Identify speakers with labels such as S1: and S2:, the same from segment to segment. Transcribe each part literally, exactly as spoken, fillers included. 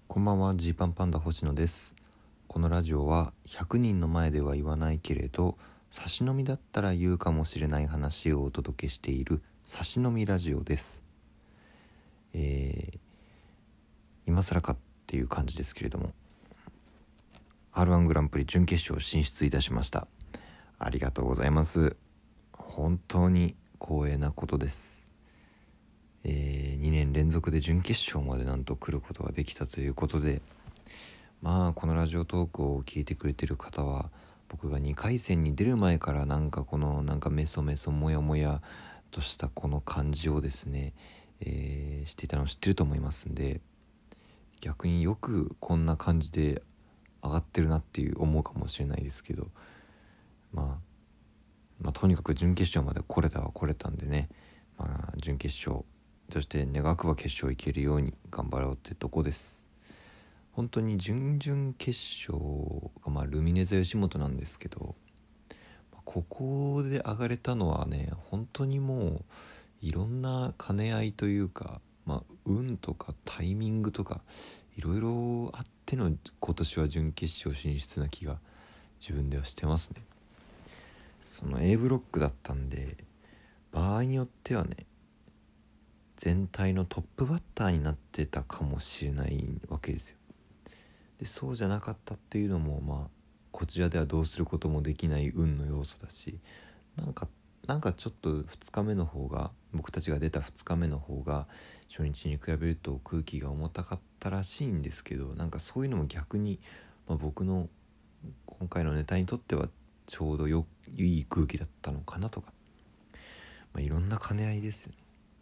S1: こんばんは、ジーパンパンダ星野です。このラジオはひゃくにんの前では言わないけれど差し飲みだったら言うかもしれない話をお届けしている差し飲みラジオです。えー、今更かっていう感じですけれども アールワン グランプリ準決勝進出いたしました。ありがとうございます。本当に光栄なことです。えー、にねん連続で準決勝までなんと来ることができたということで、まあこのラジオトークを聞いてくれてる方は僕がにかい戦に出る前からなんかこのなんかメソメソモヤモヤとしたこの感じをですね、えー、していたのを知ってると思いますんで、逆によくこんな感じで上がってるなっていう思うかもしれないですけど、まあまあとにかく準決勝まで来れたは来れたんでね、まあ準決勝そして願くば決勝行けるように頑張ろうってとこです。本当に準々決勝がまあルミネ座吉本なんですけど、ここで上がれたのはね、本当にもういろんな兼ね合いというか、まあ運とかタイミングとかいろいろあっての今年は準決勝進出な気が自分ではしてますね。その A ブロックだったんで、場合によってはね全体のトップバッターになってたかもしれないわけですよ。でそうじゃなかったっていうのもまあこちらではどうすることもできない運の要素だし、なんかなんかちょっとふつかめの方が僕たちが出たふつかめの方が初日に比べると空気が重たかったらしいんですけど、なんかそういうのも逆に、まあ、僕の今回のネタにとってはちょうどよいい空気だったのかなとか、まあ、いろんな兼ね合いですよね。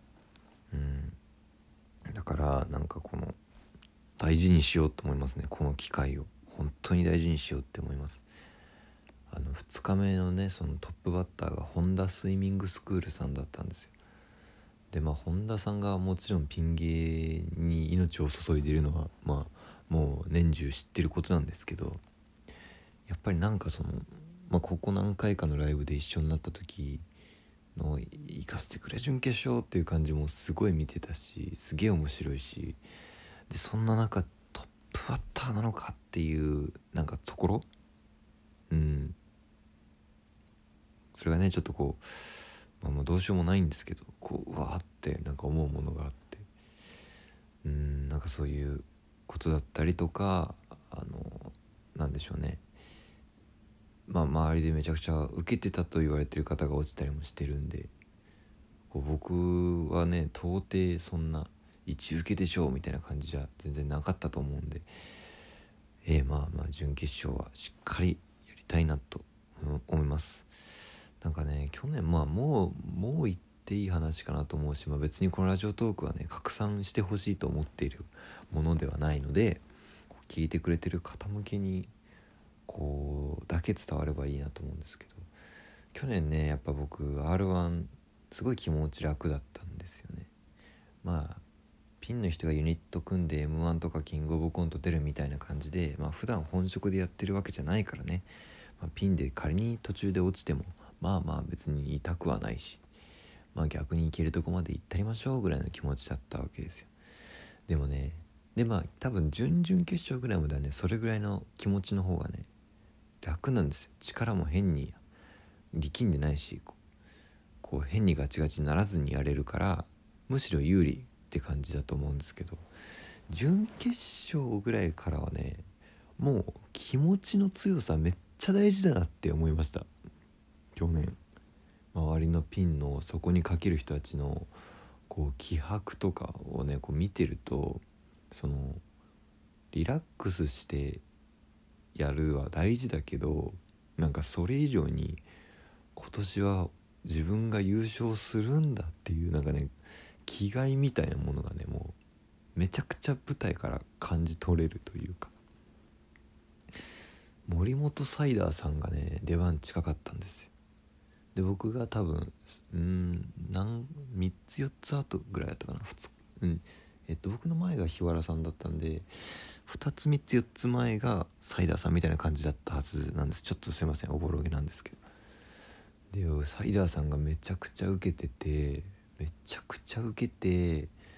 S1: うんだからなんかこの大事にしようと思いますね。この機会を本当に大事にしようって思います。あのふつかめのねそのトップバッターが本田スイミングスクールさんだったんですよ。でまあ本田さんがもちろんピン芸に命を注いでいるのはまあもう年中知ってることなんですけど、やっぱりなんかその、まあ、ここ何回かのライブで一緒になった時の行かせてくれ準決勝っていう感じもすごい見てたし、すげえ面白いし、でそんな中トップバッターなのかっていうなんかところ、うんそれがねちょっとこう、まあ、もうどうしようもないんですけど、こううわーってなんか思うものがあって、うんなんかそういうことだったりとか、あのなんでしょうね、まあ周りでめちゃくちゃ受けてたと言われてる方が落ちたりもしてるんで、こう僕はね到底そんな一受けでしょうみたいな感じじゃ全然なかったと思うんで、えー、まあまあ準決勝はしっかりやりたいなと思います。なんかね去年まあもうもう言っていい話かなと思うし、まあ、別にこのラジオトークはね拡散してほしいと思っているものではないので、聞いてくれてる方向けにこうだけ伝わればいいなと思うんですけど、去年ねやっぱ僕 アールワン すごい気持ち楽だったんですよね。まあピンの人がユニット組んで エムワン とかキングオブコント出るみたいな感じで、まあ普段本職でやってるわけじゃないからね、まあ、ピンで仮に途中で落ちてもまあまあ別に痛くはないし、まあ逆に行けるとこまで行ったりましょうぐらいの気持ちだったわけですよ。でもねでまあ多分準々決勝ぐらいまではねそれぐらいの気持ちの方がね楽なんですよ。力も変に力んでないし、こう、こう変にガチガチにならずにやれるからむしろ有利って感じだと思うんですけど、準決勝ぐらいからはねもう気持ちの強さめっちゃ大事だなって思いました。去年周りのピンのそこにかける人たちのこう気迫とかをねこう見てると、そのリラックスしてやるは大事だけど、なんかそれ以上に今年は自分が優勝するんだっていうなんかね気概みたいなものがねもうめちゃくちゃ舞台から感じ取れるというか、森本サイダーさんがね出番近かったんですよ。で僕が多分うーん何みっつよっつ後ぐらいだったかな、ふつうんえっと僕の前が日原さんだったんでふたつみっつよっつまえがサイダーさんみたいな感じだったはずなんです。ちょっとすいませんおぼろげなんですけど、でサイダーさんがめちゃくちゃ受けててめちゃくちゃ受けて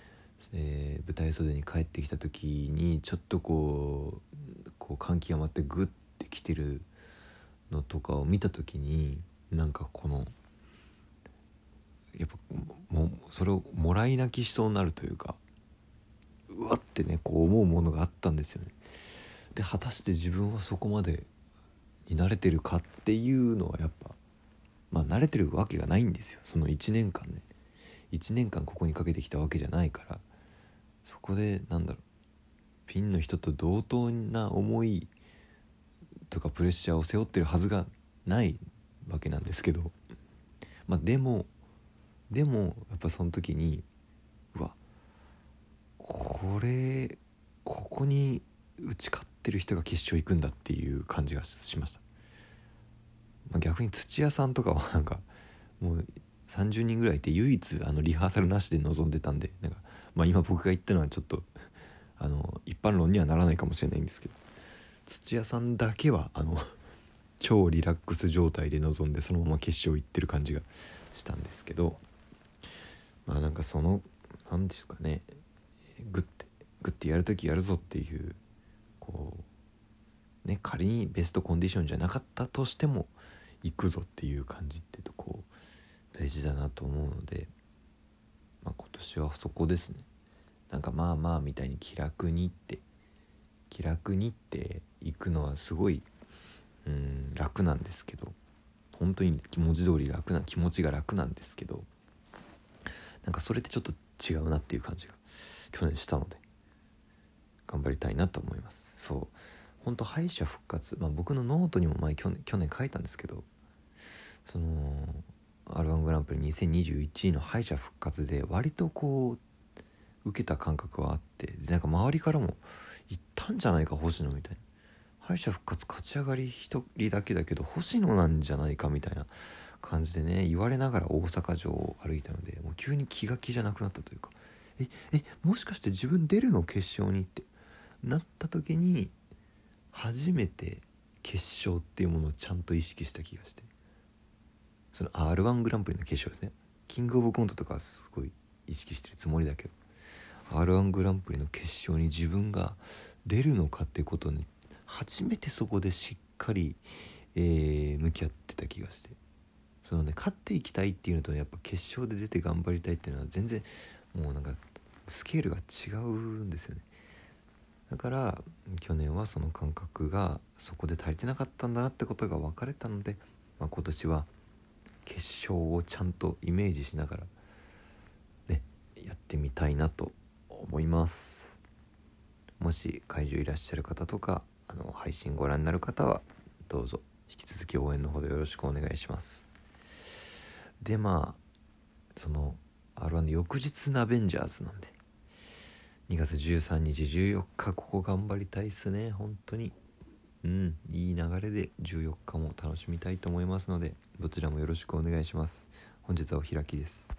S1: えー、舞台袖に帰ってきた時にちょっとこうこう感極まってグッてきてるのとかを見た時に、なんかこのやっぱもうそれをもらい泣きしそうになるというか、うわってねこう思うものがあったんですよね。で果たして自分はそこまでに慣れてるかっていうのはやっぱまあ慣れてるわけがないんですよ。そのいちねんかんねいちねんかんここにかけてきたわけじゃないから、そこでなんだろうピンの人と同等な思いとかプレッシャーを背負ってるはずがないわけなんですけど、まあでもでもやっぱその時にうわこれここに打ち勝ってる人が決勝行くんだっていう感じがしました。まあ、逆に土屋さんとかはなんかもうさんじゅうにんぐらいいて唯一あのリハーサルなしで臨んでたんで、なんかまあ今僕が言ったのはちょっとあの一般論にはならないかもしれないんですけど、土屋さんだけはあの超リラックス状態で臨んでそのまま決勝行ってる感じがしたんですけど、まあなんかその何ですかね、グッてグッてやるときやるぞっていうこうね、仮にベストコンディションじゃなかったとしても行くぞっていう感じってとこう大事だなと思うので、まあ、今年はそこですね。なんかまあまあみたいに気楽にって気楽にって行くのはすごいうん楽なんですけど、本当に文字通り楽な気持ちが楽なんですけど、なんかそれってちょっと違うなっていう感じが去年したので頑張りたいなと思います。そう本当敗者復活、まあ、僕のノートにも前去年去年書いたんですけど、その アールワン グランプリにせんにじゅういちの敗者復活で割とこう受けた感覚はあって、でなんか周りからも言ったんじゃないか星野みたいな、敗者復活勝ち上がり一人だけだけど星野なんじゃないかみたいな感じでね言われながら大阪城を歩いたので、もう急に気が気じゃなくなったというか、ええもしかして自分出るの決勝にってなった時に初めて決勝っていうものをちゃんと意識した気がして、その アールワン グランプリの決勝ですね。キングオブコントとかはすごい意識してるつもりだけど アールワン グランプリの決勝に自分が出るのかってことに初めてそこでしっかり、えー、向き合ってた気がして、そのね勝っていきたいっていうのとやっぱ決勝で出て頑張りたいっていうのは全然もうなんかスケールが違うんですよね。だから去年はその感覚がそこで足りてなかったんだなってことが分かれたので、まあ、今年は決勝をちゃんとイメージしながらねやってみたいなと思います。もし会場いらっしゃる方とかあの配信ご覧になる方はどうぞ引き続き応援のほどよろしくお願いします。でまあその アールワン の翌日のアベンジャーズなんでにがつじゅうさんにちじゅうよっかここ頑張りたいっすね本当に。うんいい流れでじゅうよっかも楽しみたいと思いますのでどちらもよろしくお願いします。本日はお開きです。